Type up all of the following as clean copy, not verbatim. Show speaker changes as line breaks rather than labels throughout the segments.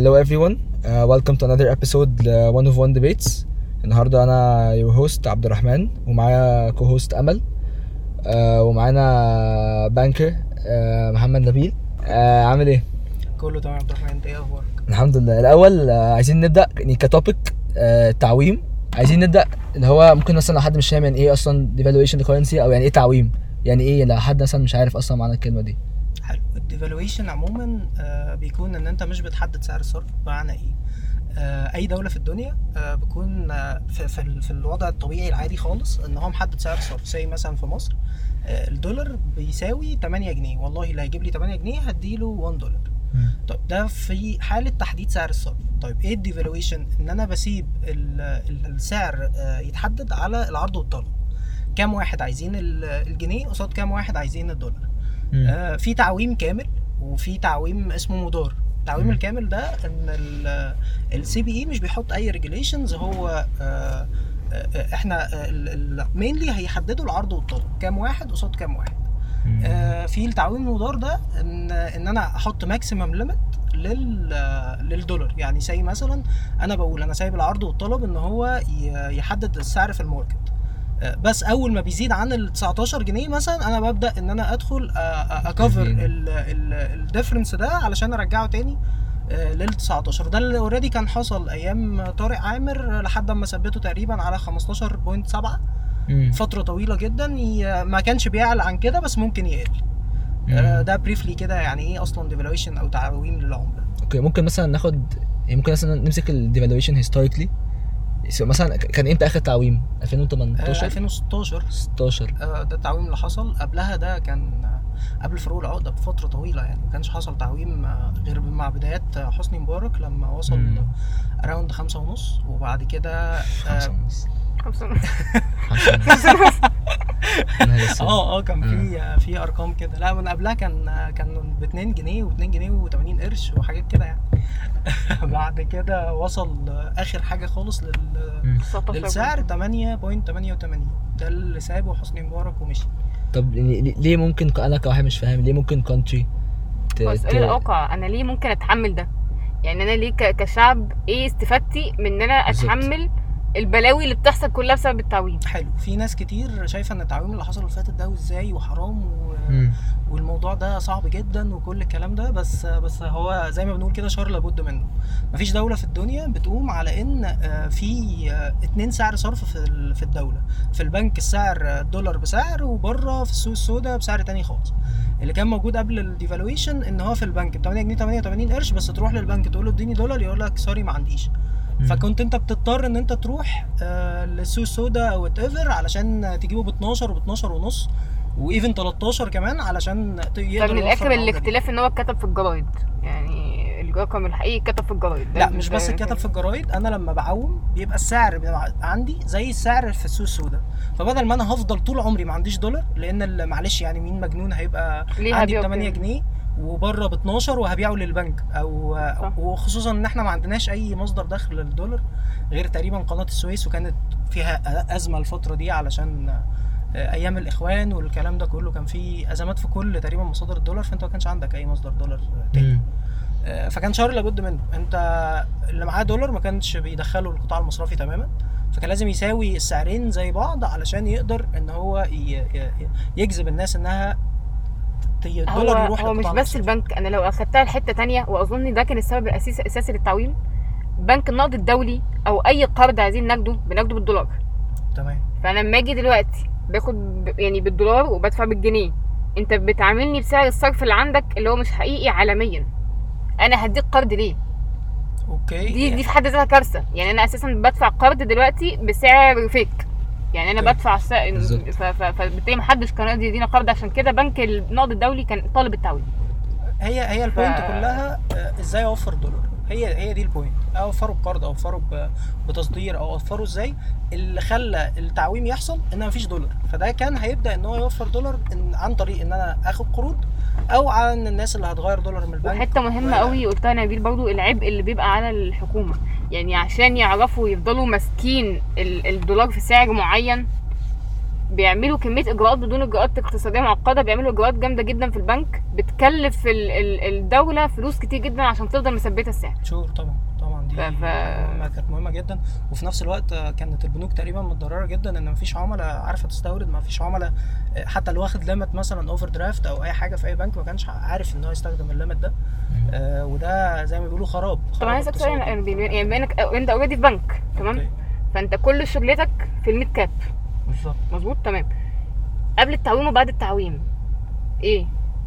Hello everyone, welcome to another episode One of One Debates. النهاردة أنا your host عبد الرحمن ومعايا co-host أمل ومعانا بانكر محمد نبيل. عامل ايه؟
كله تمام عبد الرحمن، انت ايه اخبارك؟
الحمد لله. الأول عايزين نبدأ يعني كتوبيك تعويم. عايزين نبدأ اللي هو ممكن مثلا لو حد مش فاهم يعني ايه أصلا devaluation currency أو يعني ايه تعويم، يعني ايه لو حد مثلا مش عارف أصلا معنى الكلمة دي.
حلو. الديفالويشن عموما بيكون ان انت مش بتحدد سعر الصرف. معنى ايه؟ اي دولة في الدنيا بيكون في الوضع الطبيعي العادي خالص ان هو محدد سعر الصرف. زي مثلا في مصر الدولار بيساوي 8 جنيه، والله اللي هيجيب لي 8 جنيه هديله $1. طيب ده في حالة تحديد سعر الصرف. طيب ايه الديفالويشن؟ ان انا بسيب السعر يتحدد على العرض والطلب. كام واحد عايزين الجنيه قصاد كام واحد عايزين $. في تعويم كامل وفي تعويم اسمه مدار. التعويم الكامل ده ان السي بي اي مش بيحط اي ريجوليشنز، هو احنا مينلي هيحددوا العرض والطلب، كام واحد قصاد كام واحد. في التعويم المدار ده ان انا احط ماكسيمم ليميت للدولار. يعني زي مثلا انا بقول انا سايب العرض والطلب ان هو يحدد السعر في الماركت، بس اول ما بيزيد عن ال 19 جنيه مثلا انا ببدا ان انا ادخل اكفر الديفرنس ده علشان ارجعه تاني لل 19. ده اللي اوريدي كان حصل ايام طارق عامر لحد ما ثبته تقريبا على 15.7 فتره طويله جدا. ما كانش بيعلى عن كده بس ممكن يقل. ده بريفلي كده يعني ايه اصلا ديفالويشن او تعويم للعمله.
اوكي، ممكن مثلا ناخد ممكن مثلا نمسك الديفالويشن هيستوريكلي. مثلا كان امتى اخر تعويم؟ 2018
2016. ده التعويم اللي حصل. قبلها ده كان قبل فروق العقده بفتره طويله، يعني ما كانش حصل تعويم غير مع بدايات حسني مبارك لما وصل اراوند 5.5 وبعد كده
5.5
كان في ارقام كده. لا من قبلها كان ب 2 جنيه و2 جنيه و80 قرش وحاجات كده يعني. بعد كده وصل اخر حاجه خالص للسعر 8.88. ده اللي سابه حسني مبارك ومشي.
طب ليه ممكن انا كواحد مش فاهم ليه ممكن كونتري
الواقع انا ليه ممكن اتحمل ده؟ يعني انا ليه كشعب ايه استفادتي من ان انا اتحمل البلاوي اللي بتحصل كلها بسبب التعويم؟
حلو. في ناس كتير شايفه ان التعويم اللي حصل اللي فاتت ده وازاي وحرام والموضوع ده صعب جدا وكل الكلام ده، بس هو زي ما بنقول كده شر لابد منه. مفيش دولة في الدنيا بتقوم على ان في 2 سعر صرف في الدولة. في البنك السعر الدولار بسعر، وبره في السوق السوداء بسعر تاني خالص. اللي كان موجود قبل الديفالويشن ان هو في البنك ب 8 جنيه 88 قرش، بس تروح للبنك تقول له اديني $، يقول لك سوري ما عنديش. فكنت انت بتضطر ان انت تروح للسوق السوداء او whatever علشان تجيبه ب 12 و 12 ونص وايفن 13 كمان علشان
يقدر. طب من الاخر الاختلاف ان هو اتكتب في الجرايد، يعني الرقم الحقيقي اتكتب في الجرايد.
لا مش بس اتكتب في الجرايد، انا لما بعوم بيبقى السعر عندي زي السعر في السوق السوداء. فبدل ما انا هفضل طول عمري ما عنديش $، لان معلش يعني مين مجنون هيبقى عندي ب 8 جنيه وبره ب 12 وهبيعه للبنك او وخصوصا ان احنا ما عندناش اي مصدر دخل للدولار غير تقريبا قناه السويس، وكانت فيها ازمه الفتره دي علشان ايام الاخوان والكلام ده كله. كان في ازمات في كل تقريبا مصادر الدولار، فانت ما كانش عندك اي مصدر دولار تاني. فكان شر لابد منه. انت اللي معاه $، ما كانش بيدخله القطاع المصرفي تماما، فكان لازم يساوي السعرين زي بعض علشان يقدر ان هو يجذب الناس انها الدولار يروح.
هو مش بس البنك. انا لو اخدتها لحته تانية، واظن ده كان السبب الاساسي للتعويم، بنك النقد الدولي او اي قرض عايزين بناخده بالدولار.
تمام.
فانا لما اجي دلوقتي باخد يعني بالدولار وبدفع بالجنيه، انت بتعاملني بسعر الصرف اللي عندك اللي هو مش حقيقي عالميا. انا هديك قرض ليه؟
اوكي.
دي في حد ذاتها كارثه. يعني انا اساسا بدفع قرض دلوقتي بسعر فيك، يعني انا بدفع فبالتالي محدش كان راضي يدينا قرض. عشان كده بنك النقد الدولي كان طالب التعويم.
هي البوينت كلها ازاي اوفر $. هي دي البوينت. اوفره بقرض او اوفره بتصدير او اوفره ازاي. اللي خلى التعويم يحصل ان مفيش $، فده كان هيبدا ان هو يوفر $، عن طريق ان انا اخد قروض او عن الناس اللي هتغير $. من البنك.
وحته مهمه قوي قلتها نبيل برضو، العبء اللي بيبقى على الحكومه. يعني عشان يعرفوا يفضلوا ماسكين $، في سعر معين بيعملوا كميه اجراءات بدون اجراءات اقتصاديه معقده، بيعملوا اجراءات جامده جدا في البنك بتكلف الدوله فلوس كتير جدا عشان تفضل مثبته السعر.
شور طبعا دي كانت مهمه جدا. وفي نفس الوقت كانت البنوك تقريبا متضرره جدا ان مفيش عملاء عارفه تستورد، مفيش عملاء حتى اللي واخد ليميت مثلا اوفر درافت او اي حاجه في اي بنك ما كانش عارف ان هو يستخدم الليميت ده. وده زي ما بيقولوا خراب.
طبعا عايزك سؤال، يعني بانك انت اوريدي في بنك تمام، فانت كل شغلتك في الميد كاب
بالظبط.
مظبوط تمام. قبل التعويم وبعد التعويم ايه؟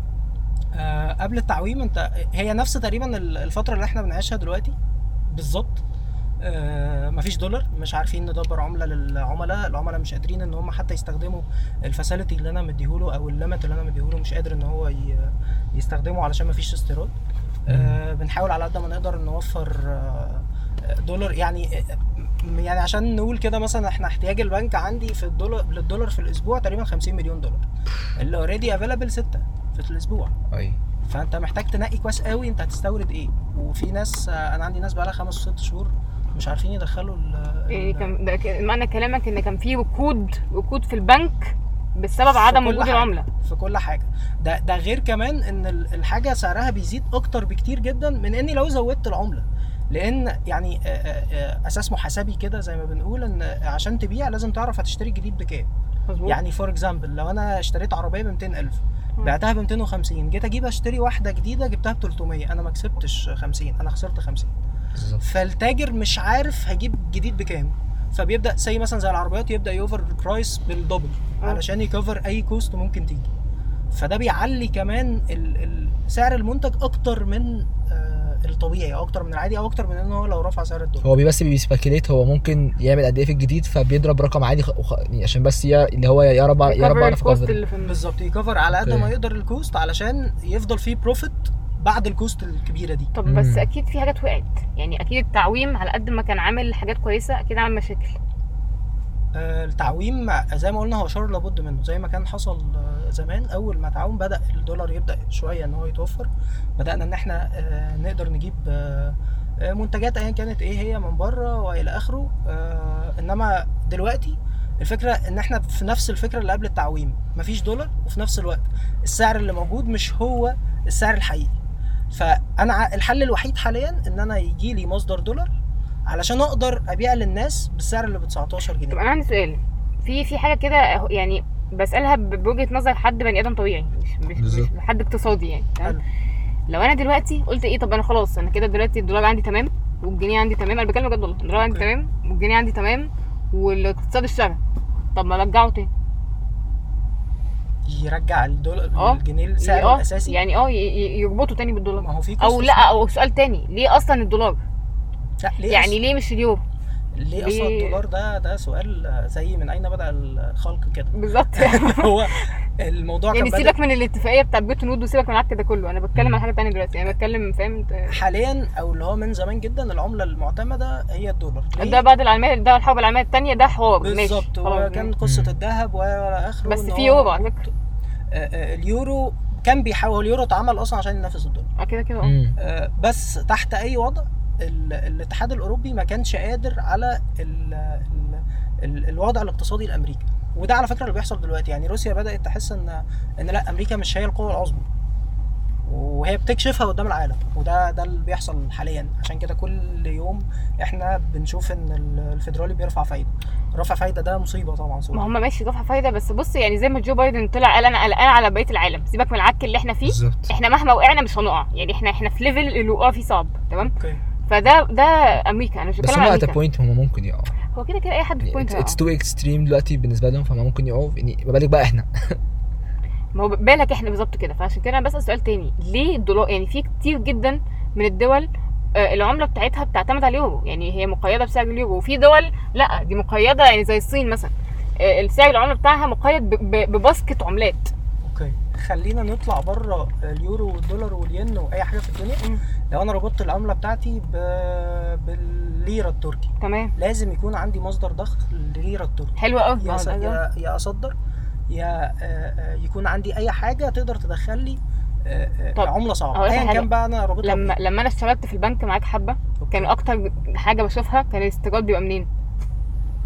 قبل التعويم انت هي نفس تقريبا الفتره اللي احنا بنعيشها دلوقتي بالظبط. مفيش دولار، مش عارفين ندبر عمله للعملاء، العملاء مش قادرين ان هم حتى يستخدموا الفاسيلتي اللي انا مديهوله او الليميت اللي انا مديهوله، مش قادر ان هو يستخدمه علشان مفيش استيراد. بنحاول على قد ما نقدر نوفر دولار، يعني عشان نقول كده مثلا احنا احتياج البنك عندي في للدولار في الاسبوع تقريبا 50 مليون دولار اللي اوريدي افيلابل 6 في الاسبوع.
اي
فانت محتاج تنقي كويس قوي انت هتستورد ايه. وفي ناس انا عندي ناس بقالها 5 و6 شهور مش عارفين يدخلوا
ايه. كان معنى كلامك ان كان في ركود في البنك بسبب عدم وجود العمله
في كل حاجه. ده غير كمان ان الحاجه سعرها بيزيد اكتر بكتير جدا من اني لو زودت العمله، لان يعني اساس محاسبي كده زي ما بنقول ان عشان تبيع لازم تعرف هتشتري الجديد بكام. يعني فور اكزامبل لو انا اشتريت عربيه ب 200,000 بعتها ب 250، جيت اجيب اشتري واحده جديده جبتها ب 300، انا ما كسبتش 50، انا خسرت 50. فالتاجر مش عارف هيجيب جديد بكام، فبيبدا زي مثلا زي العربيات يبدا يوفر البرايس بالدبل علشان يكفر اي كوست ممكن تيجي. فده بيعلي كمان سعر المنتج اكتر من الطبيعي او اكتر من العادي او اكتر من انه هو لو رفع سعر الدولار.
هو بس بيسبيكيليت هو ممكن يعمل قد ايه في الجديد، فبيضرب رقم عادي يعني عشان بس اللي هو يا رب اعرف
بالظبط يكفر على قد ما يقدر الكوست علشان يفضل فيه بروفيت بعد الكوست الكبيره دي.
طب بس اكيد في حاجات وقعت، يعني اكيد التعويم على قد ما كان عامل حاجات كويسه اكيد عامل مشاكل.
التعويم زي ما قلنا هو شر لابد منه، زي ما كان حصل زمان. اول ما تعوم بدا الدولار يبدا شويه ان هو يتوفر، بدانا ان احنا نقدر نجيب منتجات ايا كانت ايه هي من بره والى اخره. انما دلوقتي الفكره ان احنا في نفس الفكره اللي قبل التعويم، مفيش دولار وفي نفس الوقت السعر اللي موجود مش هو السعر الحقيقي. فانا الحل الوحيد حاليا ان انا يجي لي مصدر دولار علشان اقدر ابيع للناس بالسعر اللي ب 19 جنيه.
طب انا عندي سؤال، في حاجه كده يعني بسالها بوجهه نظر حد بني ادم طبيعي، مش حد اقتصادي يعني. لو انا دلوقتي قلت ايه، طب انا خلاص انا كده دلوقتي الدولار عندي تمام والجنيه عندي تمام، انا بكلم بجد والله، الدولار عندي تمام والجنيه عندي تمام والاقتصاد اشتغل، طب ما ارجعه تاني؟
يرجع الدولار الجنيه لسعره الاساسي،
يعني يربطه تاني بالدولار.
ما هو في
او لا، او سؤال تاني، ليه اصلا الدولار؟
لا ليه
يعني ليه مش اليورو؟
ليه اصلا الدولار؟ ده سؤال زي من اين بدأ الخلق كده
بالظبط.
هو الموضوع
يعني سيبك من الاتفاقيه بتاع بيت نود وسيبك من العك ده كله، انا بتكلم عن حاجه ثانيه دلوقتي، يعني بتكلم فاهم
حاليا او اللي هو من زمان جدا العمله المعتمده هي الدولار.
ده بعد العالميه، ده الحرب العالميه الثانيه، ده حوار
بالظبط. وكان قصه الذهب والى اخره،
بس في يورو على فكره.
اليورو كان بيحاول، اليورو اتعمل اصلا عشان ينافس الدولار
كده
بس تحت اي وضع الاتحاد الاوروبي ما كانش قادر على الوضع الاقتصادي الامريكي. وده على فكره اللي بيحصل دلوقتي. يعني روسيا بدات تحس ان لا، امريكا مش هي القوه العظمى، وهي بتكشفها قدام العالم. وده اللي بيحصل حاليا. عشان كده كل يوم احنا بنشوف ان الفيدرالي بيرفع فايده. رفع فايده ده مصيبه طبعا.
ما هم ماشي رفع فايده، بس بص يعني زي ما جو بايدن طلع قال انا قلقان على بقيه العالم، سيبك من العك اللي احنا فيه بالزبط. احنا مهما وقعنا مش هنقع، يعني احنا في ليفل الوقوع فيه صعب تمام. فده امريكا، انا مش بتكلم
على امريكا بس هم بوينت هم ممكن يقعوا.
هو كده هي حد في بوينت
اتس تو اكستريم دلوقتي بالنسبه لهم، فما ممكن يقعوا. يعني ما بالك بقى احنا
ما هو بالك احنا بالظبط كده. فعشان كده انا بسال سؤال تاني، ليه الدولار؟ يعني في كتير جدا من الدول العمله بتاعتها بتعتمد على اليورو، يعني هي مقيده بسعر اليورو، وفي دول لا دي مقيده، يعني زي الصين مثلا السعر العمله بتاعها مقيد بباسكت عملات.
اوكي خلينا نطلع بره اليورو والدولار والين واي حاجه في الدنيا. لو انا ربطت العمله بتاعتي بالليره التركي،
تمام،
لازم يكون عندي مصدر دخل للليره التركي.
حلو قوي.
يا اصدر يا يكون عندي اي حاجه تقدر تدخل لي عمله صعبه ايا كان بقى انا رابطها.
لما انا اشتغلت في البنك معاك حبه، كان اكتر حاجه بشوفها كان الاستيراد بيبقى منين؟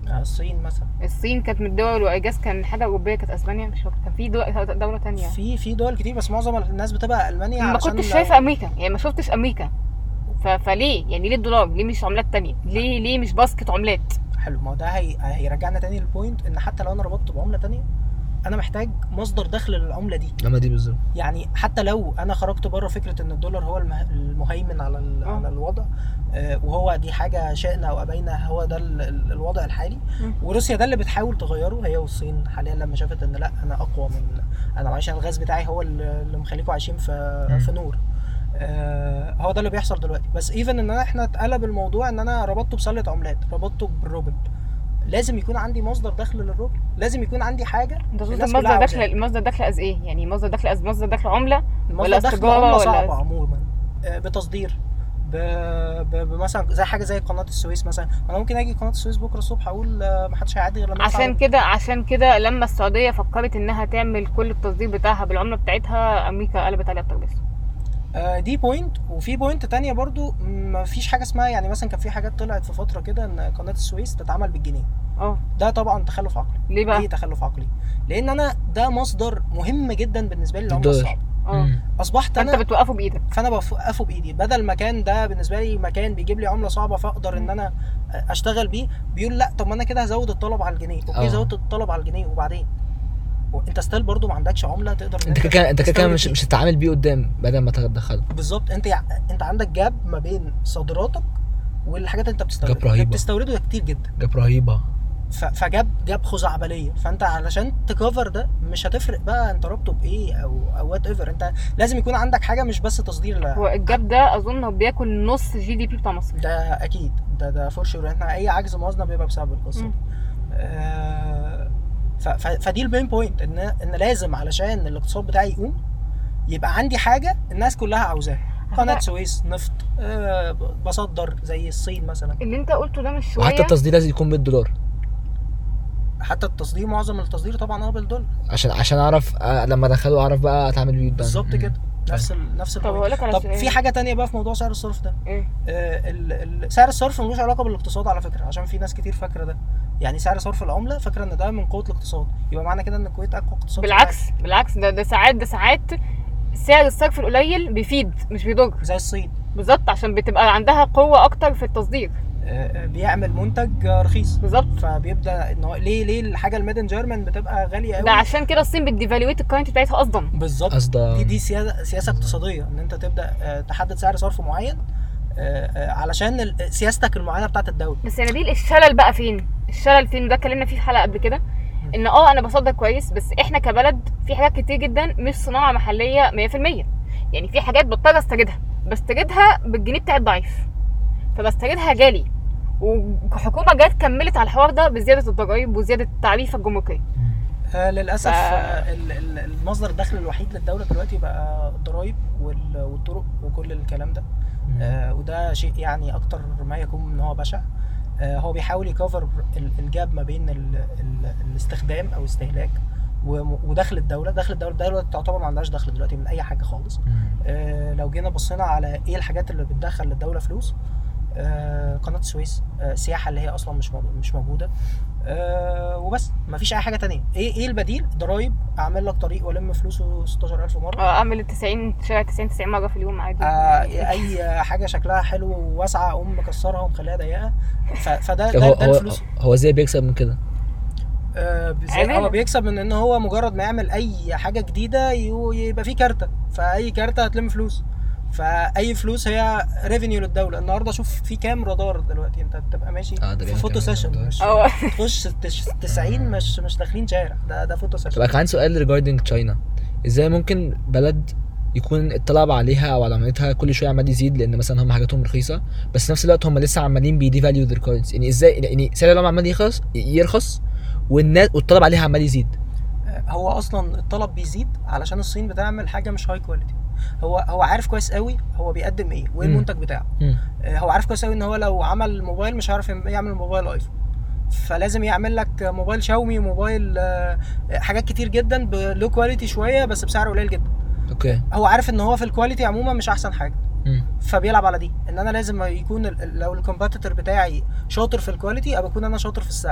الصين مثلا.
الصين كانت من الدول، واجاز كان حاجه اوروبيه، كانت اسبانيا مش فاكر، كان في دوله تانية.
في دول كتير، بس معظم الناس بتبقى المانيا.
ما كنتش شايفه امريكا، يعني ما شفتش امريكا. فليه يعني ليه الدولار؟ ليه مش عملات تانية؟ ليه مش باسكت عملات؟
حلو، ما هو ده هيرجعنا تاني للبوينت ان حتى لو انا ربطت بعمله تانية انا محتاج مصدر دخل للعمله دي.
لما دي بالظبط
يعني حتى لو انا خرجت بره فكره ان الدولار هو المهيمن على على الوضع، وهو دي حاجه شئنا او ابينا هو ده الوضع الحالي. وروسيا ده اللي بتحاول تغيره، هي والصين حاليا لما شافت ان لا انا اقوى من انا معيش، الغاز بتاعي هو اللي مخليكم عايشين في نور. هو ده اللي بيحصل دلوقتي. بس ايفن ان احنا اتقلب الموضوع ان انا ربطته بسله عملات، ربطته بالروبل. لازم يكون عندي مصدر دخل للروبل، لازم يكون عندي حاجه.
انت قصدك مصدر دخل از ايه؟ يعني مصدر دخل عمله ولا استجاره ولا
صعبه عموما، بتصدير، مثلا زي حاجه زي قناه السويس مثلا. انا ممكن اجي قناه السويس بكره الصبح اقول ما حدش هيعدي غير لما
عشان كده لما السعوديه فكرت انها تعمل كل التصدير بتاعها بالعمله بتاعتها، امريكا قلبت عليها الترابيزه.
دي بوينت. وفي بوينت تانية برضو، ما فيش حاجه اسمها يعني مثلا كان في حاجات طلعت في فتره كده ان قناه السويس تتعمل بالجنيه. ده طبعا تخلف عقلي.
ليه بقى؟
ليه تخلف عقلي؟ لان انا ده مصدر مهم جدا بالنسبه لي للعمله الصعبه. اصبحت انا
انت بتوقفه بايدك،
فانا بوقفه بايدي. بدل ما كان ده بالنسبه لي مكان بيجيب لي عمله صعبه فاقدر ان انا اشتغل بيه، بيقول لا طب ما انا كده هزود الطلب على الجنيه. اوكي زودت الطلب على الجنيه وبعدين وانت ستيل برضو ما عندكش عمله تقدر
انت كده مش هتتعامل بيه قدام بدل ما تدخله.
بالظبط. انت عندك جاب ما بين صادراتك والحاجات اللي انت بتستورده ده كتير جدا،
جاب رهيبه.
فجاب خزعبليه. فانت علشان تكفر ده مش هتفرق بقى انت ربطه بايه او وات ايفر، انت لازم يكون عندك حاجه مش بس تصدير.
هو الجاب ده اظن هو بياكل نص جي دي بي بتاع مصر.
ده اكيد، ده فور شور. احنا اي عجز موازنه بيبقى بسبب القصه دي. فدي المين بوينت، ان لازم علشان الاقتصاد بتاعي يقوم يبقى عندي حاجه الناس كلها عاوزاها. قناه سويس، نفط، بصدر زي الصين مثلا.
اللي انت قلته ده مش شويه.
وحتى التصدير لازم يكون بالدولار.
حتى التصدير معظم التصدير طبعا بالدولار،
عشان اعرف لما ادخله اعرف بقى اتعامل بيه
بالظبط كده. نفس
طب
في حاجه تانية بقى في موضوع سعر الصرف ده. سعر الصرف ملوش علاقه بالاقتصاد على فكره، عشان في ناس كتير فاكره ده. يعني سعر صرف العمله فاكره ان ده من قوه الاقتصاد، يبقى معنى كده ان الكويت اقوى اقتصاد.
بالعكس ده ساعات سعر الصرف القليل بيفيد مش بيضر،
زي الصين
بالظبط، عشان بتبقى عندها قوه اكتر في التصدير.
بيعمل منتج رخيص
بالظبط،
فبيبدا ان هو ليه الحاجه الميدن جيرمان بتبقى غاليه قوي.
ده عشان كده الصين بتديفالويت الكرنسي بتاعتها قصدا.
بالظبط. دي سياسه اقتصاديه، ان انت تبدا تحدد سعر صرف معين علشان سياستك المعينه بتاعت الدوله.
بس نبيل الشلل بقى فين؟ الشلل فين؟ ده اتكلمنا فيه في حلقه قبل كده، ان انا بصدر كويس، بس احنا كبلد في حاجات كتير جدا مش صناعه محليه 100%. يعني في حاجات بضطر بستجدها بالجنيه بتاعي الضعيف، فبستجدها جالي، وحكومه جت كملت على الحوار ده بزياده الضرايب وزياده التعريفه الجمركيه.
للاسف المصدر الدخل الوحيد للدوله دلوقتي بقى الضرايب والطرق وكل الكلام ده. وده شيء يعني اكتر ما يكون ان هو بشع. هو بيحاول يكفر الجاب ما بين الاستخدام او استهلاك ودخل الدوله. الدوله تعتبر ما عندهاش دخل دلوقتي من اي حاجه خالص. لو جينا بصينا على ايه الحاجات اللي بتدخل للدوله فلوس، قناه السويس، سياحه اللي هي اصلا مش موجوده، وبس مفيش اي حاجه تانية. ايه البديل؟ ضرايب، اعمل لك طريق والم فلوسه 16000 مره،
اعمل 90 مره في اليوم عادي.
اي حاجه شكلها حلو وواسعه اقوم مكسرها ومخليها ضيقه. فده الفلوس.
هو ازاي بيكسب من كده؟
هو بيكسب من ان هو مجرد ما يعمل اي حاجه جديده يبقى فيه كارته، فاي كارته هتلم فلوس، فاي فلوس هي ريفينيو للدوله. النهارده شوف في كام رادار دلوقتي، انت بتبقى ماشي في فوتو سيشن، مش تخش 90 مش داخلين شارع، ده فوتو سيشن.
طب كان سؤال ريجاردنج تشاينا، ازاي ممكن بلد يكون الطلب عليها او على عملتها كل شويه عمال يزيد لان مثلا هم حاجاتهم رخيصه، بس في نفس الوقت هم لسه عمالين بيديفاليو ذير كورنسي؟ يعني ازاي يعني سعر العمله عمال يرخص والطلب عليها عمال يزيد؟
هو اصلا الطلب بيزيد علشان الصين بتعمل حاجه مش هاي كواليتي. هو عارف كويس قوي هو بيقدم ايه وايه المنتج بتاعه. هو عارف كويس قوي ان هو لو عمل موبايل مش هيعرف يعمل موبايل ايفون، فلازم يعمل لك موبايل شاومي، موبايل حاجات كتير جدا بلو كواليتي شويه بس بسعر قليل جدا.
اوكي.
هو عارف ان هو في الكواليتي عموما مش احسن حاجه، فبيلعب على دي، ان انا لازم يكون لو الكومبيتيتور بتاعي شاطر في الكواليتي ابقى اكون انا شاطر في السعر.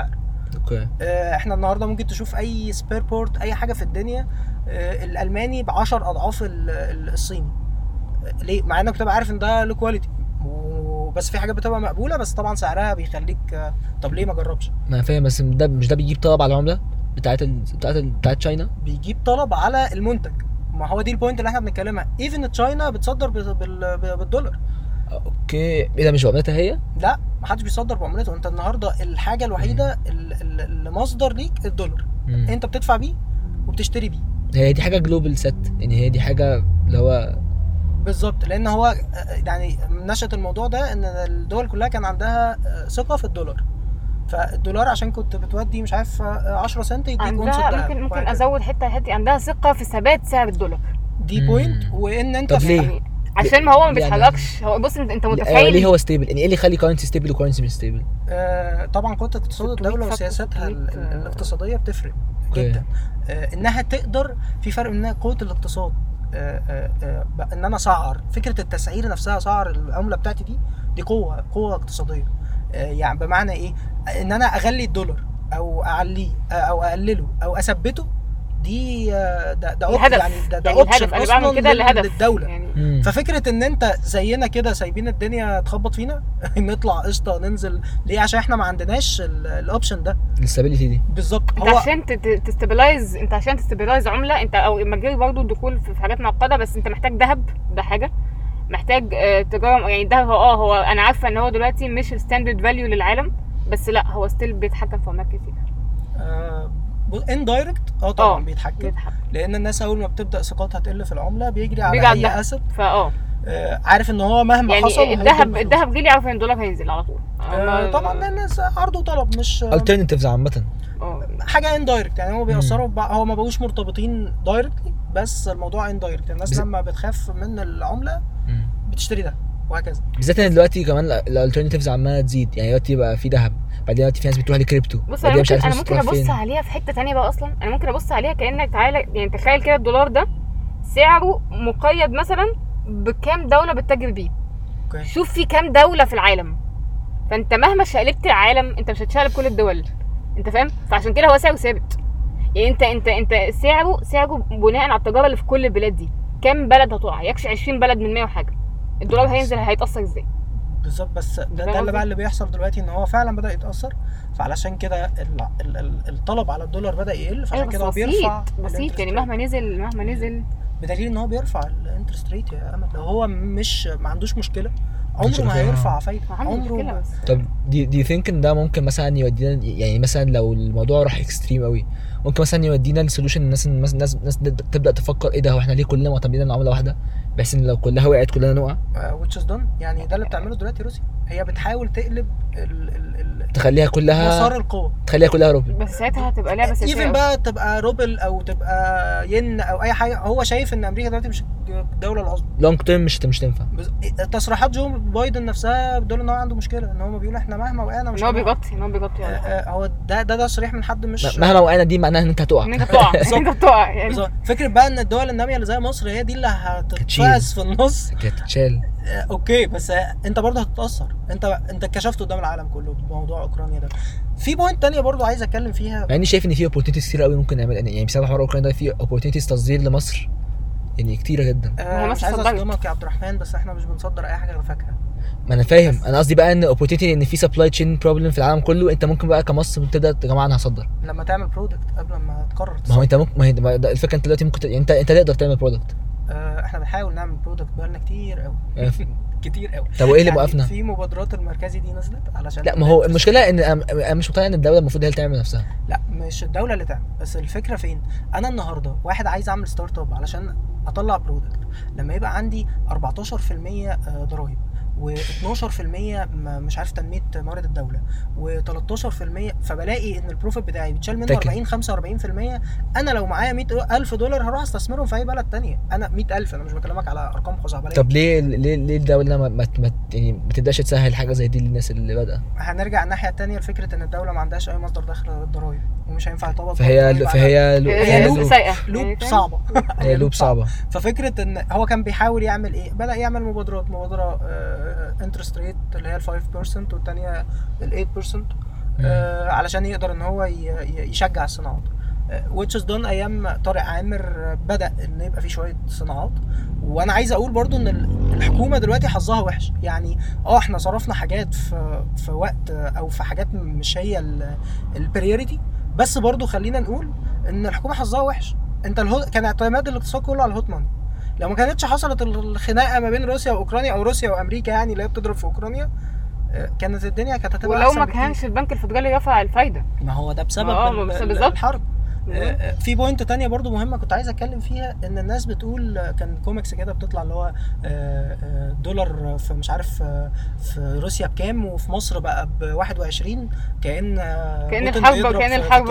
اوكي.
احنا النهارده ممكن تشوف اي سبير بورت اي حاجه في الدنيا الالماني ب10 اضعاف الصيني. ليه؟ مع انك بتبقى عارف ان ده لو كواليتي بس في حاجه بتبقى مقبوله، بس طبعا سعرها بيخليك طب ليه ما جربش؟
ما فاهم، بس ده مش ده بيجيب طلب على العمله بتاعت تشاينا؟
بيجيب طلب على المنتج. ما هو دي البوينت اللي احنا بنتكلمها. ايفن تشاينا بتصدر بالدولار.
اوكي. ايه ده مش بعملتها هي؟
لا ما حدش بيصدر بعملته. انت النهارده الحاجه الوحيده اللي مصدر ليك الدولار. انت بتدفع بيه وبتشتري بيه.
هي دي حاجه جلوبال سيت، يعني هي دي حاجه اللي هو
بالظبط، لان هو يعني نشأت الموضوع ده ان الدول كلها كان عندها ثقه في الدولار. فالدولار عشان كنت بتودي مش عارف 10 سنت يديك اونصه دهب.
ممكن ازود حته عندها ثقه في ثبات سعر الدولار.
دي بوينت. وان انت
طب ليه؟
عشان ما هو ما بيتحركش. هو بص انت متخيل
ليه هو ستيبل؟ يعني ايه اللي يخلي كارنسي ستيبل وكارنسي مش ستيبل؟
طبعا قوه اقتصاد الدوله وسياساتها الاقتصاديه بتفرق جدا. انها تقدر في فرق انها قوه الاقتصاد ان انا اسعر فكره التسعير نفسها، اسعر العمله بتاعتي دي قوه اقتصاديه. يعني بمعنى ايه؟ ان انا اغلي الدولار او اعليه او اقلله او اثبته. دي ده
يعني
ده اوبشن اصلا
كده
للدوله
يعني.
ففكره ان انت زينا كده سايبين الدنيا تخبط فينا نطلع قشطه ننزل ليه؟ عشان احنا ما عندناش الاوبشن ده،
الاستابيليتي دي.
بالظبط.
هو عشان تستابلايز، انت عشان تستابلايز عمله انت او مجال برضه الدخول في حاجات معقده، بس انت محتاج ذهب. ده حاجه محتاج تجاره. يعني الذهب هو انا عارفه ان هو دلوقتي مش الستاندرد فاليو للعالم، بس لا هو ستيل بيتحكم في عملات كتير.
اندايركت طبعا بيتحكم. لان الناس اول ما بتبدا ثقتها تقل في العمله بيجري على اي اسد. عارف ان هو مهما
يعني
حصل
الذهب جه لي عارف ان الدولار هينزل على طول.
طبعا الناس عرض وطلب مش
alternatives عامه.
حاجه اندايركت. يعني هو بيأثروا هو ما بقوش مرتبطين دايركتلي، بس الموضوع اندايركت. الناس لما بتخاف من العمله بتشتري ده وهكذا.
بالذات ان دلوقتي كمان الالترناتيفز عماله تزيد. يعني دلوقتي بقى في ذهب، بعدين دلوقتي في ناس بتروح لكريبتو.
بص انا ممكن ابص عليها في حته تانية بقى. اصلا انا ممكن ابص عليها كانك تعالى يعني تخيل كده الدولار ده سعره مقيد مثلا بكام دوله بتتاجر بيه. شوف في كام دوله في العالم، فانت مهما شقلبت العالم انت مش هتشقلب كل الدول. انت فاهم؟ فعشان كده هو سعره ثابت. يعني انت سعره بناء على التجاره اللي في كل البلاد دي. كام بلد هتقع؟ يكش 20 بلد من 100 وحاجه. الدولار هينزل هيتاثر ازاي؟ بالظبط.
بس ده اللي بقى اللي بيحصل دلوقتي، ان هو فعلا بدا يتاثر. فعلشان كده الطلب على الدولار بدا يقل، فعشان كده هو بيرفع
بسيط. يعني مهما نزل
بدليل ان هو بيرفع الانترست ريت يا امل. لو هو مش ما عندوش مشكله عمره ما هيرفع فايده عمره.
طب دي ثينك ان ده ممكن مثلا يودينا، يعني مثلا لو الموضوع راح اكستريم قوي ممكن مثلا يودينا للسوليوشن. الناس تبدا تفكر ايه ده، هو احنا ليه كلنا معتمدين على عمله واحده؟ بحيث ان لو كلها وقعت كلنا نقع.
which is done. يعني ده اللي بتعمله دلوقتي روسيا. هي بتحاول تقلب
تخليها كلها
مسار القوه،
تخليها كلها روبل.
بس ساعتها هتبقى لعبه سياسيه.
ايفن بقى تبقى روبل او تبقى ين او اي حاجه. هو شايف ان امريكا دلوقتي مش الدوله العظمى
لونج تيرم، مش تنفع.
تصريحات جو بايدن نفسها بتقول ان هو عنده مشكله، ان هم بيقولوا احنا مهما وقعنا مش
ان هو بيغطي
هو ده تصريح من حد مش
مهما وقعنا دي معناها ان انت هتقع.
يعني
فكره بقى ان الدول الناميه اللي زي مصر هي دي اللي هتتفاز في النص،
هتتشال.
اوكي بس انت برضه هتتاثر. انت اتكشفت قدام العالم كله بموضوع اوكرانيا ده. في بوينت تانية برضه عايز اتكلم فيها.
يعني شايف ان في اوبورتونيتيز كتير قوي ممكن نعمل، يعني بسبب حوار اوكرانيا ده في اوبورتونيتيز تصدير لمصر يعني كتيره جدا.
مش عايز اصدمك يا عبد الرحمن، بس احنا مش بنصدر اي حاجه غير فاكهه.
ما انا فاهم. انا قصدي بقى ان اوبورتونيتي ان في سبلاي تشين بروبلم في العالم كله. انت ممكن بقى كمصر تبدا يا جماعه انا هصدر
لما تعمل برودكت قبل ما تقرر.
ما هو انت ممكن، ما هي الفكره انت دلوقتي ممكن يعني انت تقدر تعمل برودكت.
احنا بنحاول نعمل برودكت بقالنا كتير قوي كتير قوي.
طب وايه اللي موقفنا؟
في مبادرات المركزي دي نزلت علشان
لا، ما هو المشكله ان انا مش مقتنع ان الدوله المفروض هي اللي تعمل نفسها.
لا مش الدوله اللي تعمل، بس الفكره فين؟ انا النهارده واحد عايز اعمل ستارت اب علشان اطلع برودكت. لما يبقى عندي 14% ضرائب و12% مش عارف تنميه موارد الدوله و13%، فبلاقي ان البروفيت بتاعي بيتشال منه 40-45%. انا لو معايا $100,000 هروح استثمرهم في اي بلد تانية. انا 100,000، انا مش بكلمك على ارقام خزعبليه.
طب ليه الدوله ما يعني ما تبداش تسهل حاجه زي دي للناس اللي بادئه؟
هنرجع الناحيه الثانيه لفكره ان الدوله ما عندهاش اي مصدر دخل للضرايب ومش هينفع يطبق.
فهي
لوب صعبه.
هي لوب صعبه.
ففكره ان هو كان بيحاول يعمل ايه؟ بدا يعمل مبادره انترست ريت اللي هي 5% والثانيه 8%. علشان يقدر ان هو يشجع الصناعات. which is done ايام طارق عامر بدا ان يبقى في شويه صناعات. وانا عايز اقول برضو ان الحكومه دلوقتي حظها وحش، يعني احنا صرفنا حاجات في وقت او في حاجات مش هي البريوريتي، بس برضو خلينا نقول ان الحكومه حظها وحش. انت كان اعتماد الاقتصاد كله على الهوت ماني. لو ما كانتش حصلت الخناقه ما بين روسيا واوكرانيا او روسيا وامريكا يعني اللي هي بتضرب في اوكرانيا، كانت الدنيا كانت هتبقى
ولو ما كانش البنك الفدرالي رفع الفايده،
ما هو ده بسبب الحرب. في بوينت تانية برضو مهمة كنت عايز اتكلم فيها، ان الناس بتقول كان كوميكس كده بتطلع اللي هو دولار في مش عارف في روسيا بكام وفي مصر بقى ب21، كأن
الحرب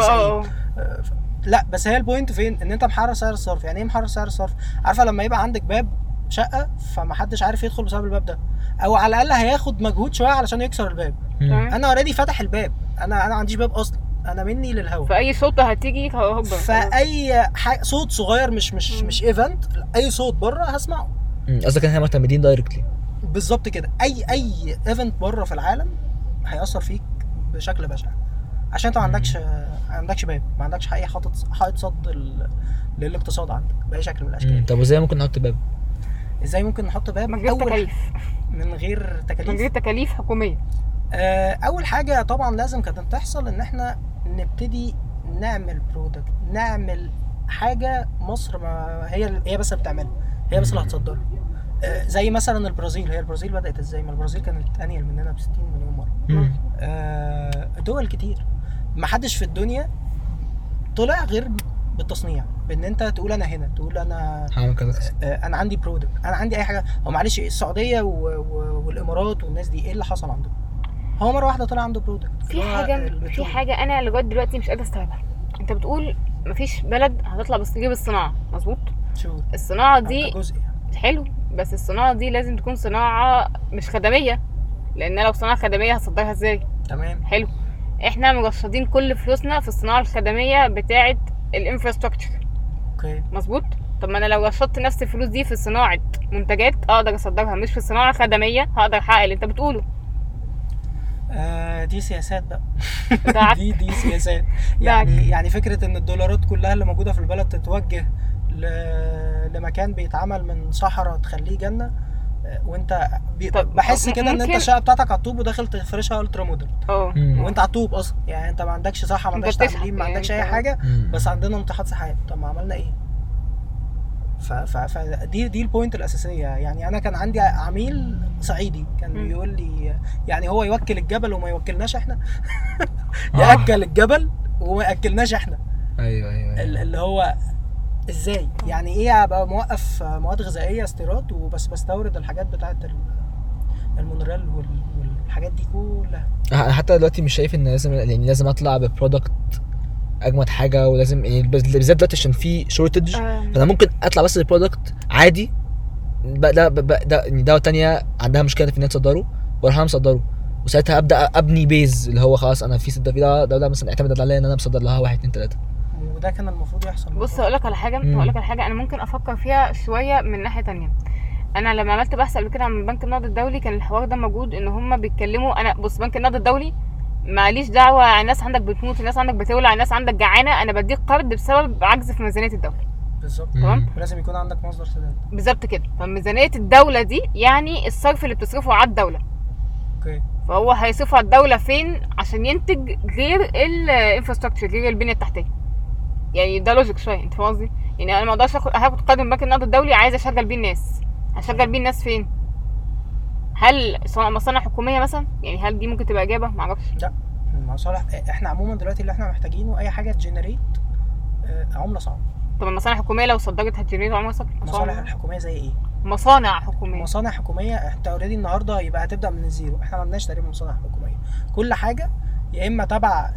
لا بس هي البوينت فين؟ ان انت محرر سعر الصرف. يعني ايه محرر سعر الصرف؟ عارفه لما يبقى عندك باب شقه فمحدش عارف يدخل بسبب الباب ده، او على الاقل هياخد مجهود شويه علشان يكسر الباب. انا اوريدي فتح الباب، انا ما عنديش باب اصلا، انا مني للهواء،
فاي صوت هتيجي هوبا،
فاي صوت صغير مش ايفنت، اي صوت بره هسمعه.
قصدك ان احنا معتمدين دايركتلي
بالظبط كده. اي ايفنت بره في العالم هيأثر فيك بشكل بشع، عشان انت ما عندكش باب، ما عندكش حقيقة حائط صد للاقتصاد عندك باي شكل من الاشكال.
طب وازاي ممكن نحط باب؟
ازاي ممكن نحط باب؟
من غير تكاليف.
من غير
تكاليف حكوميه.
اول حاجه طبعا لازم كانت تحصل ان احنا نبتدي نعمل برودكت، نعمل حاجه مصر ما هي بس بتعملها، هي بس اللي هتصدرها. زي مثلا البرازيل. هي البرازيل بدات ازاي؟ ما البرازيل كانت انيل مننا ب 60 مليون مره. دول كتير ما حدش في الدنيا طلع غير بالتصنيع، بان انت تقول انا هنا، تقول انا انا عندي برودكت، انا عندي اي حاجه. هو معلش السعوديه والامارات والناس دي ايه اللي حصل عندهم؟ هو مره واحده طلع عنده برودكت.
في حاجه انا لغايه دلوقتي مش قادره استوعبها. انت بتقول مفيش بلد هتطلع بس تجيب الصناعه، مظبوط؟ الصناعه دي حلو، بس الصناعه دي لازم تكون صناعه مش خدميه، لان لو صناعه خدميه هتصدرها ازاي؟
تمام،
حلو. احنا مرشدين كل فلوسنا في الصناعه الخدميه بتاعه الانفراستراكشر.
اوكي،
مظبوط. طب ما انا لو رشدت نفس الفلوس دي في صناعه منتجات اقدر اصدرها، مش في الصناعه الخدميه هقدر احقق اللي انت بتقوله.
دي سياسات بقى. دي سياسات. يعني فكره ان الدولارات كلها اللي موجوده في البلد تتوجه لمكان بيتعمل من صحراء تخليه جنه، وانت بحس كده ان انت الشقه بتاعتك على الطوب وداخل تفرشها الترا مودرن، وانت على الطوب اصلا. يعني انت ما عندكش صحه، ما عندكش تعليم، ما عندكش اي حاجه، بس عندنا ناطحات سحاب. طب ما عملنا ايه؟ دي البوينت الاساسيه. يعني انا كان عندي عميل صعيدي كان بيقول لي يعني هو يوكل الجبل وما يوكلناش احنا. ياكل الجبل وما ياكلناش احنا.
ايوه
اللي هو ازاي؟ يعني ايه ابقى موقف مواد غذائيه استيراد وبس بستورد الحاجات بتاعه المونريال والحاجات دي كلها؟
حتى دلوقتي مش شايف ان لازم اطلع ببرودكت اجمد حاجه، ولازم يعني بالذات دلوقتي عشان في شورتج، فانا ممكن اطلع بس البرودكت عادي ده تانية عندها مشكله في ان تصدره واروح انا مصدره، وساعتها ابدا ابني بيز اللي هو خلاص انا في ده مثلا اعتمد عليا ان انا مصدر لها 1 2 3.
وده كان المفروض يحصل.
بص هقول لك على حاجه انا ممكن افكر فيها شويه من ناحيه تانية. انا لما عملت بحث قبل كده عن بنك النقد الدولي كان الحوار ده موجود، ان هم بيتكلموا. انا بص، بنك النقد الدولي معليش دعوه، الناس عندك بتموت، الناس عندك بتولع، الناس عندك جعانه، انا بديك قرض بسبب عجز في ميزانيه الدوله.
بالظبط، تمام. ولازم يكون عندك مصدر سداد.
بالظبط كده. فميزانيه الدوله دي يعني الصرف اللي بتصرفه على الدوله.
اوكي.
فهو هيصرفه على الدوله فين عشان ينتج غير الانفراستراكشر، غير البنيه التحتيه. يعني ده لوجيك شويه، انت فاهم قصدي؟ يعني انا ما اقدرش هاخد قرض من بنك النقد الدولي عايز اشغل بيه الناس. هشغل بيه الناس فين؟ هل مصانع حكوميه مثلا؟ يعني هل دي ممكن تبقى اجابه؟ ما اعرفش.
لا، المصالح احنا عموما دلوقتي اللي احنا محتاجينه اي حاجه تجنريت عمله صعبه.
طب المصانع الحكوميه لو صدرت هتجنريت عمله صعبه؟
المصانع الحكوميه زي ايه؟
مصانع حكوميه
انت اوريدي النهارده يبقى هتبدا من الزيرو. احنا ما عندناش تقريبا مصانع حكوميه. كل حاجه يا اما تبع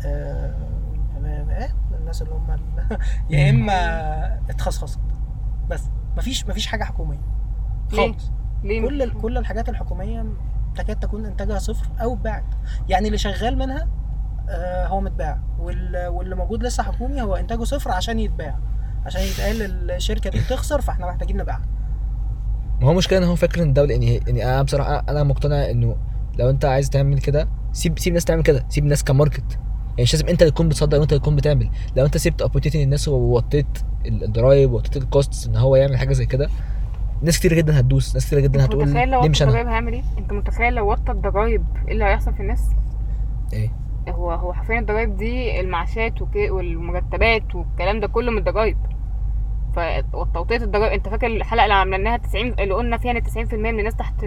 الناس اللي هم يا اما اتخصصت، بس مفيش حاجه حكوميه خالص.
ليه؟
كل الحاجات الحكوميه تكاد تكون انتاجها صفر او اتباعت. يعني اللي شغال منها هو متباع، واللي موجود لسه حكومي هو انتاجه صفر عشان يتباع، عشان يتقال الشركه دي بتخسر فاحنا محتاجين نبيعها.
ما هو مشكله ان هو فاكر ان الدوله يعني انا بصراحه انا مقتنع انه لو انت عايز تعمل كده سيب الناس تعمل كده، سيب الناس كماركت. يعني مش لازم انت اللي تكون بتصدر وانت اللي تكون بتعمل. لو انت سيبت اوبورتيونيتي للناس ووطيت الضرايب ووطيت الكوستس ان هو يعمل حاجه زي كده، ناس كتير جدا هتدوس، ناس كتير جدا هتقول ليه مش انا.
الضرايب هيعمل ايه؟ انت متخيل لو وطى الضرايب ايه اللي هيحصل في الناس؟
ايه
هو حرفيا الضرايب دي المعاشات والمرتبات والكلام ده كله من الضرايب. فتوطية الضرايب، انت فاكر الحلقه اللي عملناها 90 اللي قلنا فيها ان 90% من الناس تحت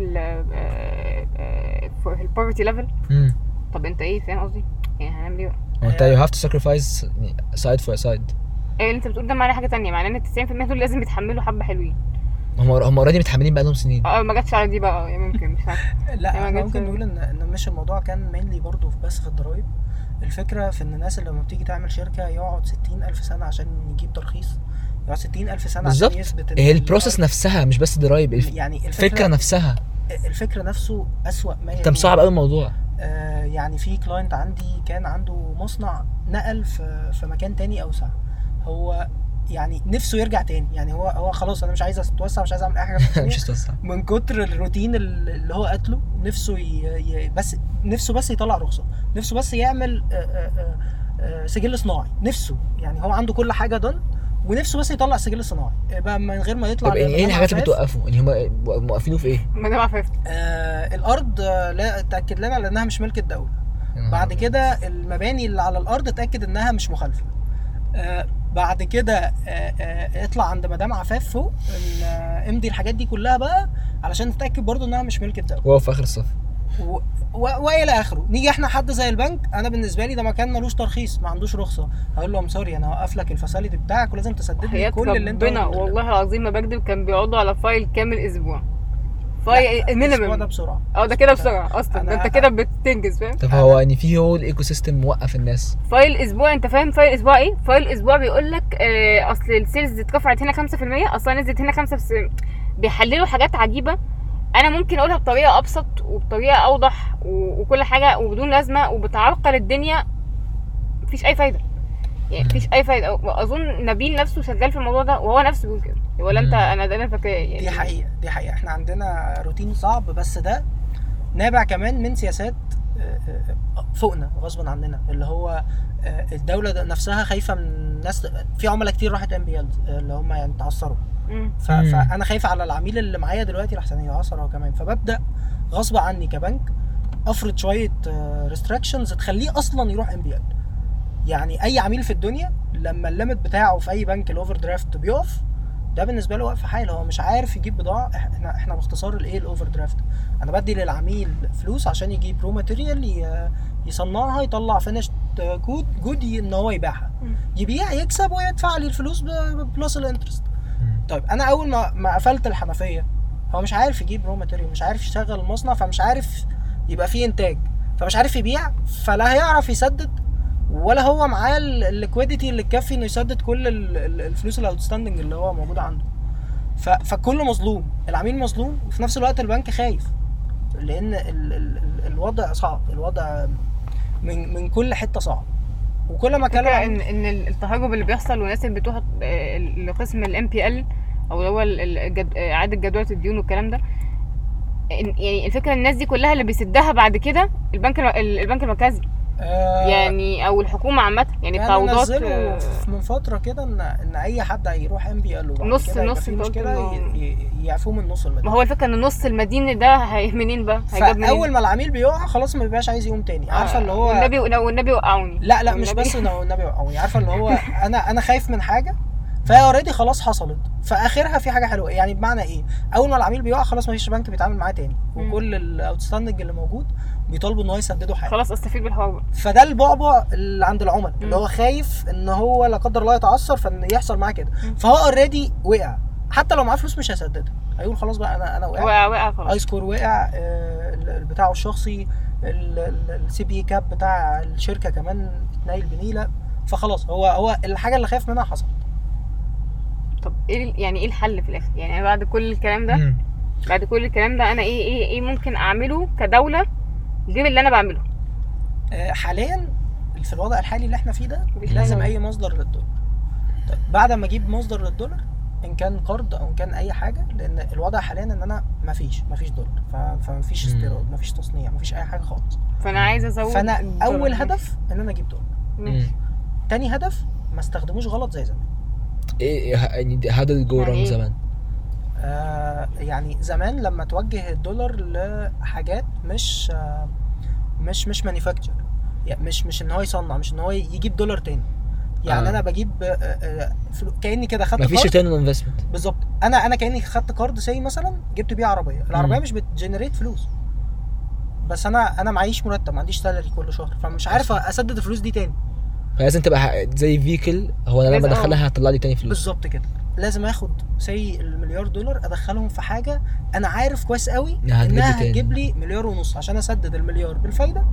البوفرتي ليفل؟ طب انت ايه فاهم قصدي؟ يعني هنعمل ايه بقى؟
انت you have to sacrifice side for side.
ايه اللي انت بتقول ده معناه حاجه تانية، معناه ان 90% دول لازم يتحملوا حبه حلوين.
هم اوريدي متحملين بقالهم سنين.
ما جاتش على دي بقى يعني ممكن مش عارف.
لا ممكن نقول ان مش الموضوع كان مينلي برضو بس في الضرايب. الفكره في ان الناس اللي لما بتيجي تعمل شركه يقعد 60,000 سنه عشان يجيب ترخيص، يقعد 60,000 سنه عشان يثبت
هي البروسيس نفسها مش بس ضرايب.
يعني
الفكره نفسها،
الفكره نفسه اسوأ ما
انت مصعب قوي الموضوع.
يعني في كلاينت عندي كان عنده مصنع نقل في مكان تاني اوسع. هو يعني نفسه يرجع تاني، يعني هو خلاص انا مش عايز اتوسع، مش عايز اعمل اي حاجه
مش هتوسع
من كتر الروتين اللي هو قتله. نفسه بس يطلع رخصه، نفسه بس يعمل سجل صناعي، نفسه يعني هو عنده كل حاجه دون ونفسه بس يطلع سجل صناعي بقى من غير ما يطلع.
طب ايه الحاجات اللي بتوقفه؟ ان هم موقفينه في ايه؟
مدام عفاف
الارض لا تاكد لنا لانها مش ملك الدوله. بعد كده المباني اللي على الارض اتاكد انها مش مخالفه. بعد كده اطلع عند مدام عفاف فوق امضي الحاجات دي كلها بقى علشان تتاكد برضو انها مش ملك الدوله.
وهو في اخر الصف
والى اخره. نيجي احنا حد زي البنك، انا بالنسبه لي ده مكان ملوش ترخيص، ما عندوش رخصه، هقول له ام سوري انا هوقف لك الفاسيلتي بتاعك ولازم تسدد لي كل اللي انت
قلته. والله العظيم ما بكذب، كان بيقعدوا على فايل كامل اسبوع. فايل مينيمم
ده بسرعه.
ده كده بسرعه اصلا، انت كده بتنجز فاهم.
طب هو يعني في هو الايكو سيستم موقف الناس.
فايل اسبوع، انت فاهم فايل اسبوع ايه؟ فايل اسبوع بيقول لك اصل السيلز اترفعت هنا 5%، اصلا نزلت هنا 5%. بيحللوا حاجات عجيبه انا ممكن اقولها بطريقه ابسط وبطريقه اوضح وكل حاجه وبدون لازمه وبتعرقل الدنيا. مفيش اي فايده يعني، مفيش اي فايده. اظن نبيل نفسه شغال في الموضوع ده وهو نفسه بيقول كده، ولا انت؟ انا فاكر يعني
دي حقيقه احنا عندنا روتين صعب، بس ده نابع كمان من سياسات فوقنا غصبا عننا، اللي هو الدوله نفسها خايفه من ناس. في عملاء كتير راحت MPL اللي هم يعني تعثروا، فانا خايف على العميل اللي معايا دلوقتي لحسن يعثر هو كمان. فببدا غصب عني كبنك افرض شويه ريستريكشنز تخليه اصلا يروح MPL. يعني اي عميل في الدنيا لما الليمت بتاعه في اي بنك الاوفر درافت بيقف، ده بالنسبه له وقف حال، هو مش عارف يجيب بضاعه. احنا باختصار الايه الاوفر درافت، انا بدي للعميل فلوس عشان يجيب رو ماتيريال يصنعها، يطلع فينيشد جود ان هو يبيعها، يبيع يكسب ويدفع لي الفلوس بلس الانترست. طيب انا اول ما قفلت الحنفيه هو مش عارف يجيب رو ماتيريال، مش عارف يشتغل المصنع، فمش عارف يبقى فيه انتاج، فمش عارف يبيع، فلا هيعرف يسدد ولا هو معاه الليكويديتي اللي تكفي انه يسدد كل الفلوس الاوتستاندنج اللي هو موجوده عنده. فكله مظلوم، العميل مظلوم، وفي نفس الوقت البنك خايف لان الوضع صعب، الوضع من كل حته صعب. وكل ما كان
ان التهرب اللي بيحصل والناس اللي بتروح لقسم الMPL او هو اعاده جدوله الديون والكلام ده، يعني الفكره الناس دي كلها اللي بيسدها بعد كده البنك المركزي يعني او الحكومه عامه، يعني التعويضات.
من فتره كده ان اي حد هيروح MPL
نص
كده يعفوه من نص المدين.
ما هو الفكره ان النص المدينه ده منين بقى؟
هيجيب منين؟ اول ما العميل بيقع خلاص ما بيبقاش عايز يقوم تاني. عارفه اللي هو
والنبي وقعوني.
لا مش بس والنبي وقعوني، عارفه اللي هو انا خايف من حاجه فهي اوريدي خلاص حصلت، فاخرها في حاجه حلوه. يعني بمعنى ايه؟ اول ما العميل بيقع خلاص ما فيش بنك بيتعامل معاه تاني، وكل الاوتستاندنج اللي موجود بيطالبوا ان هو يسددوا حاجه،
خلاص استفيد بالحوار.
فده البعبع اللي عند العملاء اللي هو خايف ان هو لا قدر الله يتعثر فان يحصل معاه كده، فهو اوريدي وقع، حتى لو معاه فلوس مش هيسددها، هيقول خلاص بقى انا
وقع خلاص.
اي سكور وقع، بتاعه الشخصي، الCPA كاب بتاع الشركه كمان اتنايل بنيله، فخلاص هو الحاجه اللي خايف منها حصلت.
طب ايه الحل في الاخر؟ يعني بعد كل الكلام ده انا ايه ممكن اعمله كدوله غير اللي انا بعمله
حاليا في الوضع الحالي اللي احنا فيه ده؟ لازم اي مصدر للدولار. طيب بعد ما اجيب مصدر للدولار ان كان قرض او ان كان اي حاجه، لان الوضع حاليا ان انا مفيش دولار، فمفيش استيراد، مفيش تصنيع، مفيش اي حاجه خالص.
فانا عايزه ازود.
فانا
الدولار.
اول هدف ان انا اجيب دولار.
ماشي.
تاني هدف ما استخدموش غلط زي زمان.
ايه يعني هذا الجو
يعني
رونج
إيه؟
زمان؟
يعني زمان لما توجه الدولار لحاجات مش مانيفاكتشر، يعني مش ان هو يصنع، مش ان هو يجيب دولار تاني. يعني انا بجيب كاني كده خدت
مفيش ريتيرن اون انفستمنت.
بالظبط. انا كاني خدت قرض سي مثلا، جبت بيه عربيه، العربيه مش بتجنريت فلوس، بس انا معيش مرتب، ما عنديش سالري كل شهر، فمش عارف اسدد الفلوس دي تاني.
فلازم تبقى زي فيكل، هو انا لما
لازم
ادخلها هتطلع لي تاني فلوس.
بالظبط كده. لازم اخد سي $1,000,000 ادخلهم في حاجه انا عارف كويس قوي انها هتجيب لي $1.5 مليار عشان اسدد $1,000,000 بالفايده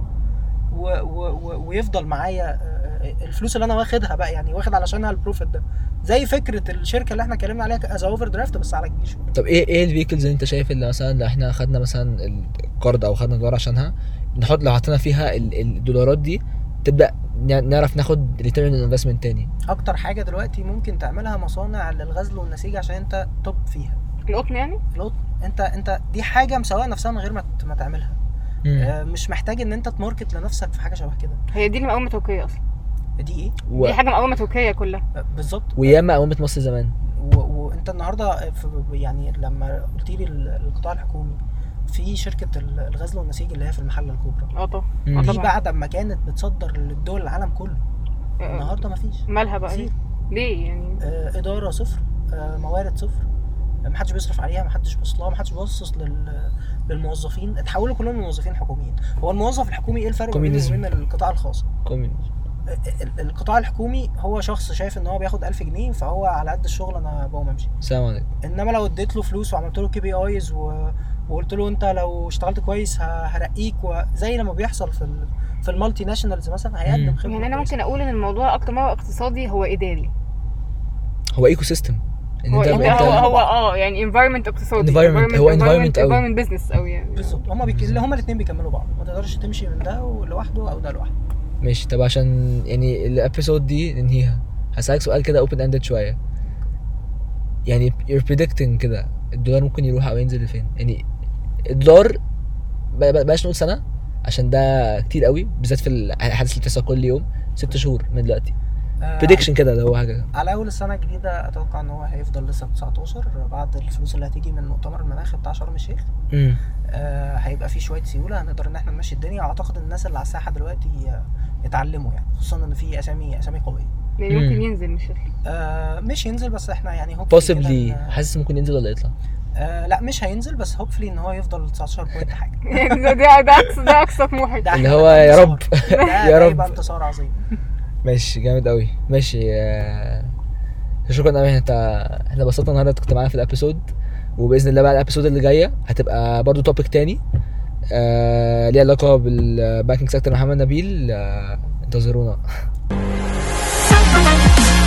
ويفضل معايا الفلوس اللي انا واخدها بقى، يعني واخد علشانها البروفيت ده، زي فكره الشركه اللي احنا اتكلمنا عليها از اوفر درافت بس على كبير شويه.
طب ايه الفيكلز اللي انت شايف اللي مثلا لو احنا خدنا مثلا القرض او خدنا دولار عشانها نحط، لو حطينا فيها الدولارات دي تبدا نعرف ناخد ريتيرن اون انفستمنت تاني؟
اكتر حاجه دلوقتي ممكن تعملها مصانع للغزل والنسيج، عشان انت توب فيها.
القطن يعني؟
القطن انت دي حاجه مسوقه نفسها من غير ما تعملها. مش محتاج ان انت تماركت لنفسك في حاجه شبه كده.
هي دي اللي مقومه تركيا اصلا.
دي ايه؟
دي حاجه مقومه تركيا كلها.
بالظبط.
وياما قومت مصر زمان.
وانت النهارده يعني لما قلت لي القطاع الحكومي في شركه الغزل والنسيج اللي هي في المحله الكبرى،
طبعا
دي بعد ما كانت بتصدر للدول العالم كله، النهارده مفيش.
مالها بقى؟ ليه يعني؟
اداره صفر، موارد صفر، محدش بيصرف عليها، محدش بيصلها، محدش بيبصص للموظفين، اتحولوا كلهم لموظفين حكوميين. هو الموظف الحكومي ايه الفرق بينه وبين القطاع الخاص؟ القطاع الحكومي هو شخص شايف ان هو بياخد 1000 جنيه فهو على قد الشغل انا بقوم امشي.
سلام عليكم.
انما لو اديت له فلوس وعملت له KPIs وقلت له انت لو اشتغلت كويس هرقيك، وزي لما بيحصل في المالتي ناشونالز مثلا هيقدم خدمه.
يعني انا ممكن اقول ان الموضوع اكتر ما هو اقتصادي هو اداري،
هو ايكو سيستم.
هو يعني environment اقتصادي، environment business او يعني
بالظبط. هما الاثنين بيكملوا بعض، ما تقدرش تمشي من ده لوحده او ده لوحده.
ماشي. طب عشان يعني الابيسود دي ننهيها هسألك سؤال كده open ended شويه، يعني you're predicting كده الدولار ممكن يروح او ينزل لفين؟ يعني الدولار بلاش نقول سنه عشان ده كتير قوي، بالذات في الحدث اللي بتحصل كل يوم 6 شهور من دلوقتي. بريدكشن كده اللي هو حاجه
على اول السنه الجديده اتوقع ان هو هيفضل لسه 19 بعد الفلوس اللي هتيجي من مؤتمر المناخ بتاع شرم الشيخ. هيبقى في شويه سيوله، هنقدر ان احنا نمشي الدنيا. واعتقد الناس اللي على الساحه دلوقتي يتعلموا، يعني خصوصا ان في اسامي قويه.
يعني ممكن ينزل
مش ينزل، بس احنا يعني
possibly حاسس ممكن ينزل ولا يطلع.
لا مش هينزل، بس هوبفلي ان هو يفضل 19 بوينت حاجه.
ده اقصى طموحي
اللي هو يا رب
يا رب يبقى انتصار عظيم.
ماشي جامد قوي. ماشي شكرا قوي. احنا بسطنا النهارده كنت معانا في الابيسود، وباذن الله بقى الابيسود اللي جايه هتبقى برضو توبيك تاني ليه علاقه بالبانكينج سيكتور. محمد نبيل انتظرونا.